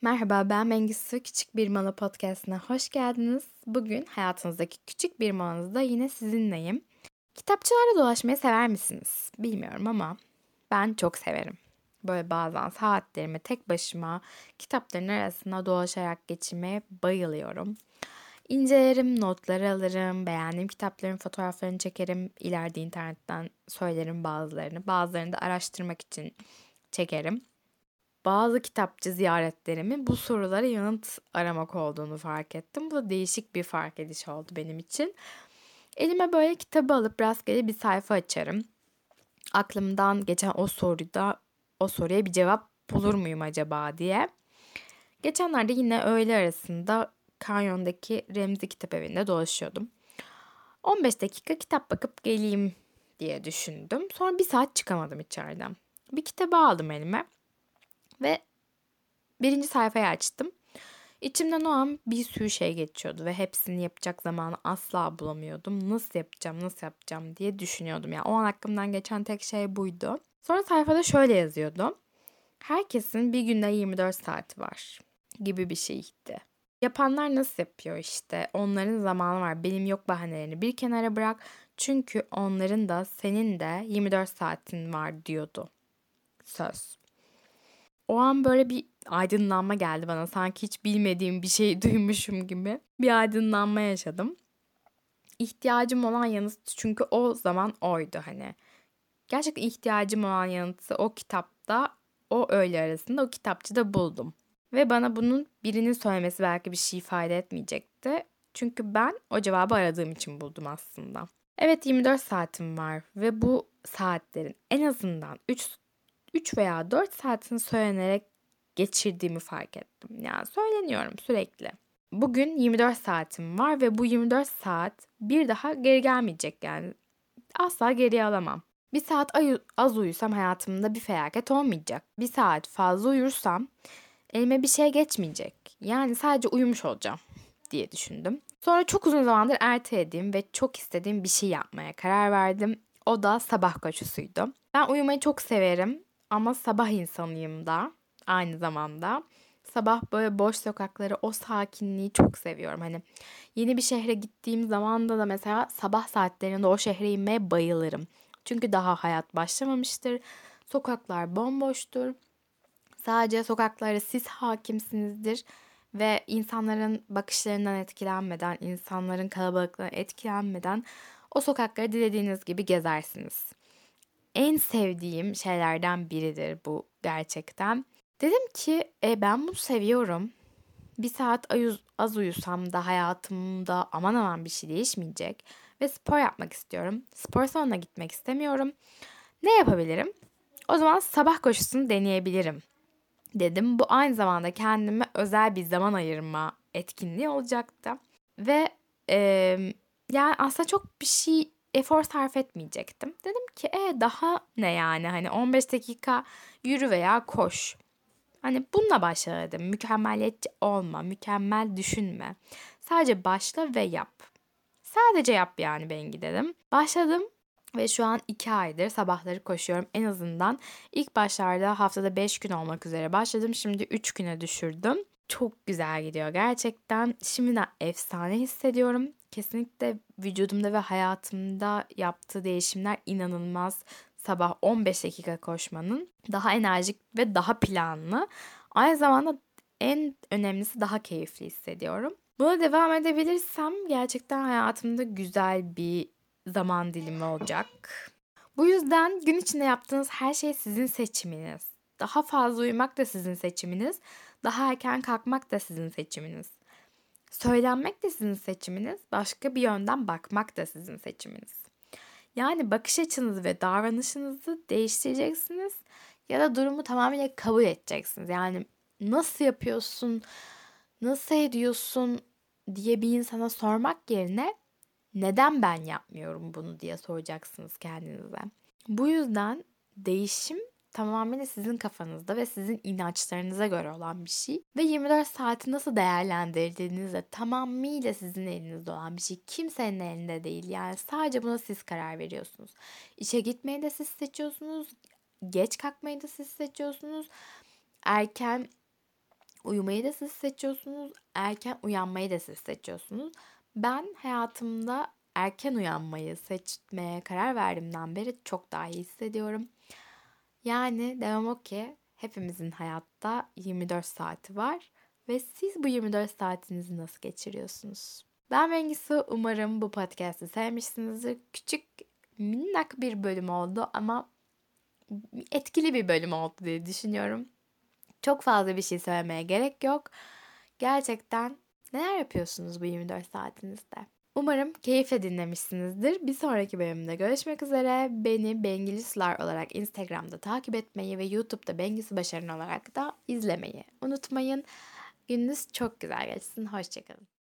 Merhaba, ben Bengisu. Küçük Bir Mola Podcast'ına hoş geldiniz. Bugün hayatınızdaki küçük bir molanızda yine sizinleyim. Kitapçılarda dolaşmayı sever misiniz? Bilmiyorum ama ben çok severim. Böyle bazen saatlerimi tek başıma kitapların arasında dolaşarak geçirmeye bayılıyorum. İncelerim, notları alırım, beğendiğim kitapların fotoğraflarını çekerim. İleride internetten söylerim bazılarını. Bazılarını da araştırmak için çekerim. Bazı kitapçı ziyaretlerimin bu sorulara yanıt aramak olduğunu fark ettim. Bu da değişik bir fark ediş oldu benim için. Elime böyle kitabı alıp rastgele bir sayfa açarım. Aklımdan geçen o soruya bir cevap bulur muyum acaba diye. Geçenlerde yine öğle arasında Kanyon'daki Remzi Kitap Evi'nde dolaşıyordum. 15 dakika kitap bakıp geleyim diye düşündüm. Sonra bir saat çıkamadım içeriden. Bir kitabı aldım elime ve birinci sayfayı açtım. İçimden o an bir sürü şey geçiyordu ve hepsini yapacak zamanı asla bulamıyordum. Nasıl yapacağım diye düşünüyordum. Yani o an aklımdan geçen tek şey buydu. Sonra sayfada şöyle yazıyordu. Herkesin bir günde 24 saati var gibi bir şeydi. Yapanlar nasıl yapıyor işte? Onların zamanı var. Benim yok bahanelerini bir kenara bırak. Çünkü onların da senin de 24 saatin var diyordu söz. O an böyle bir aydınlanma geldi bana. Sanki hiç bilmediğim bir şey duymuşum gibi. Bir aydınlanma yaşadım. İhtiyacım olan yanıt çünkü o zaman oydu hani. Gerçekten ihtiyacım olan yanıtı o kitapta, o öğle arasında o kitapçıda buldum. Ve bana bunun birinin söylemesi belki bir şey ifade etmeyecekti. Çünkü ben o cevabı aradığım için buldum aslında. Evet 24 saatim var ve bu saatlerin en azından 3 veya 4 saatini söylenerek geçirdiğimi fark ettim. Yani söyleniyorum sürekli. Bugün 24 saatim var ve bu 24 saat bir daha geri gelmeyecek yani. Asla geriye alamam. Bir saat az uyusam hayatımda bir felaket olmayacak. Bir saat fazla uyursam elime bir şey geçmeyecek. Yani sadece uyumuş olacağım diye düşündüm. Sonra çok uzun zamandır ertelediğim ve çok istediğim bir şey yapmaya karar verdim. O da sabah koşusuydu. Ben uyumayı çok severim ama sabah insanıyım da aynı zamanda. Sabah böyle boş sokakları, o sakinliği çok seviyorum. Hani yeni bir şehre gittiğim zaman da mesela sabah saatlerinde o şehre inmeye bayılırım. Çünkü daha hayat başlamamıştır. Sokaklar bomboştur. Sadece sokaklara siz hakimsinizdir ve insanların bakışlarından etkilenmeden, insanların kalabalıklarından etkilenmeden o sokakları dilediğiniz gibi gezersiniz. En sevdiğim şeylerden biridir bu gerçekten. Dedim ki ben bunu seviyorum. Bir saat az uyusam da hayatımda aman aman bir şey değişmeyecek. Ve spor yapmak istiyorum. Spor salonuna gitmek istemiyorum. Ne yapabilirim? O zaman sabah koşusunu deneyebilirim dedim. Bu aynı zamanda kendime özel bir zaman ayırma etkinliği olacaktı. Ve e, yani aslında çok bir şey efor sarf etmeyecektim. Dedim ki daha ne yani hani 15 dakika yürü veya koş. Hani bununla başla dedim. Mükemmeliyetçi olma, mükemmel düşünme. Sadece başla ve yap. Sadece yap yani Bengi dedim. Başladım ve şu an 2 aydır sabahları koşuyorum. En azından ilk başlarda haftada 5 gün olmak üzere başladım. Şimdi 3 güne düşürdüm. Çok güzel gidiyor gerçekten. Şimdiden efsane hissediyorum. Kesinlikle vücudumda ve hayatımda yaptığı değişimler inanılmaz. Sabah 15 dakika koşmanın daha enerjik ve daha planlı. Aynı zamanda en önemlisi daha keyifli hissediyorum. Buna devam edebilirsem gerçekten hayatımda güzel bir zaman dilimi olacak. Bu yüzden gün içinde yaptığınız her şey sizin seçiminiz. Daha fazla uyumak da sizin seçiminiz. Daha erken kalkmak da sizin seçiminiz. Söylenmek de sizin seçiminiz. Başka bir yönden bakmak da sizin seçiminiz. Yani bakış açınızı ve davranışınızı değiştireceksiniz ya da durumu tamamıyla kabul edeceksiniz. Yani nasıl yapıyorsun, nasıl ediyorsun diye bir insana sormak yerine neden ben yapmıyorum bunu diye soracaksınız kendinize. Bu yüzden değişim tamamıyla sizin kafanızda ve sizin inançlarınıza göre olan bir şey. Ve 24 saati nasıl değerlendirdiğiniz de tamamıyla sizin elinizde olan bir şey. Kimsenin elinde değil. Yani sadece buna siz karar veriyorsunuz. İşe gitmeyi de siz seçiyorsunuz. Geç kalkmayı da siz seçiyorsunuz. Erken Uyumayı da siz seçiyorsunuz, erken uyanmayı da siz seçiyorsunuz. Ben hayatımda erken uyanmayı seçmeye karar verdiğimden beri çok daha iyi hissediyorum. Yani demem o ki hepimizin hayatta 24 saati var ve siz bu 24 saatinizi nasıl geçiriyorsunuz? Ben Bengisu, umarım bu podcast'ı sevmişsinizdir. Küçük, minnak bir bölüm oldu ama etkili bir bölüm oldu diye düşünüyorum. Çok fazla bir şey söylemeye gerek yok. Gerçekten neler yapıyorsunuz bu 24 saatinizde? Umarım keyifle dinlemişsinizdir. Bir sonraki bölümde görüşmek üzere. Beni Bengilisler olarak Instagram'da takip etmeyi ve YouTube'da Bengisi Başarın olarak da izlemeyi unutmayın. Gününüz çok güzel geçsin. Hoşçakalın.